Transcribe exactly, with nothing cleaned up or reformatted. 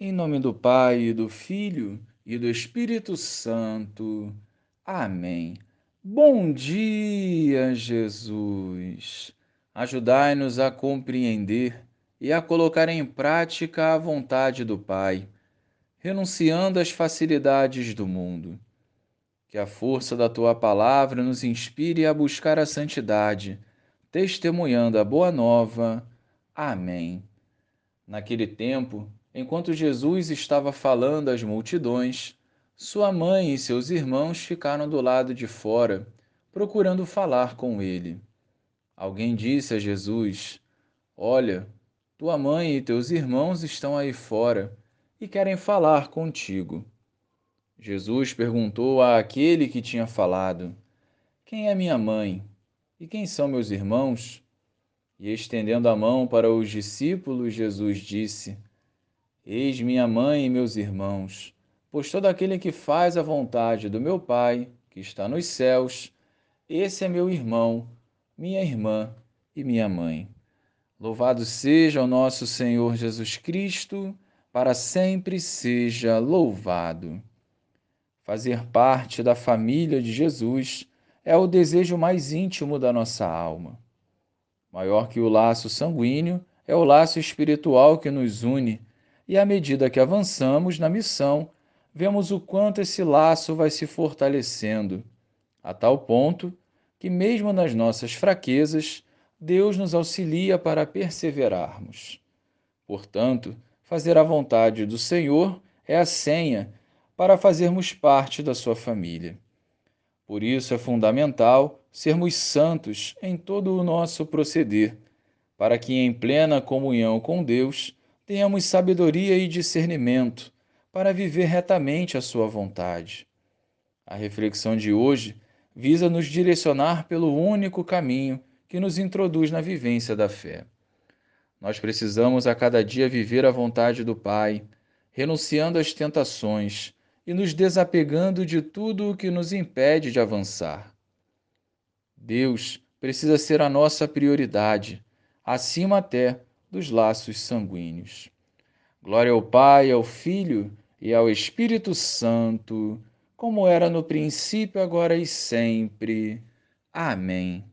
Em nome do Pai, e do Filho e do Espírito Santo. Amém. Bom dia, Jesus. Ajudai-nos a compreender e a colocar em prática a vontade do Pai, renunciando às facilidades do mundo. Que a força da tua palavra nos inspire a buscar a santidade, testemunhando a boa nova. Amém. Naquele tempo, enquanto Jesus estava falando às multidões, sua mãe e seus irmãos ficaram do lado de fora, procurando falar com ele. Alguém disse a Jesus: Olha, tua mãe e teus irmãos estão aí fora e querem falar contigo. Jesus perguntou àquele que tinha falado: Quem é minha mãe? E quem são meus irmãos? E estendendo a mão para os discípulos, Jesus disse: Eis minha mãe e meus irmãos, pois todo aquele que faz a vontade do meu Pai, que está nos céus, esse é meu irmão, minha irmã e minha mãe. Louvado seja o nosso Senhor Jesus Cristo, para sempre seja louvado. Fazer parte da família de Jesus é o desejo mais íntimo da nossa alma. Maior que o laço sanguíneo é o laço espiritual que nos une, e à medida que avançamos na missão, vemos o quanto esse laço vai se fortalecendo, a tal ponto que, mesmo nas nossas fraquezas, Deus nos auxilia para perseverarmos. Portanto, fazer a vontade do Senhor é a senha para fazermos parte da sua família. Por isso é fundamental sermos santos em todo o nosso proceder, para que, em plena comunhão com Deus, tenhamos sabedoria e discernimento para viver retamente a Sua vontade. A reflexão de hoje visa nos direcionar pelo único caminho que nos introduz na vivência da fé. Nós precisamos a cada dia viver a vontade do Pai, renunciando às tentações e nos desapegando de tudo o que nos impede de avançar. Deus precisa ser a nossa prioridade, acima até dos laços sanguíneos. Glória ao Pai, ao Filho e ao Espírito Santo, como era no princípio, agora e sempre. Amém.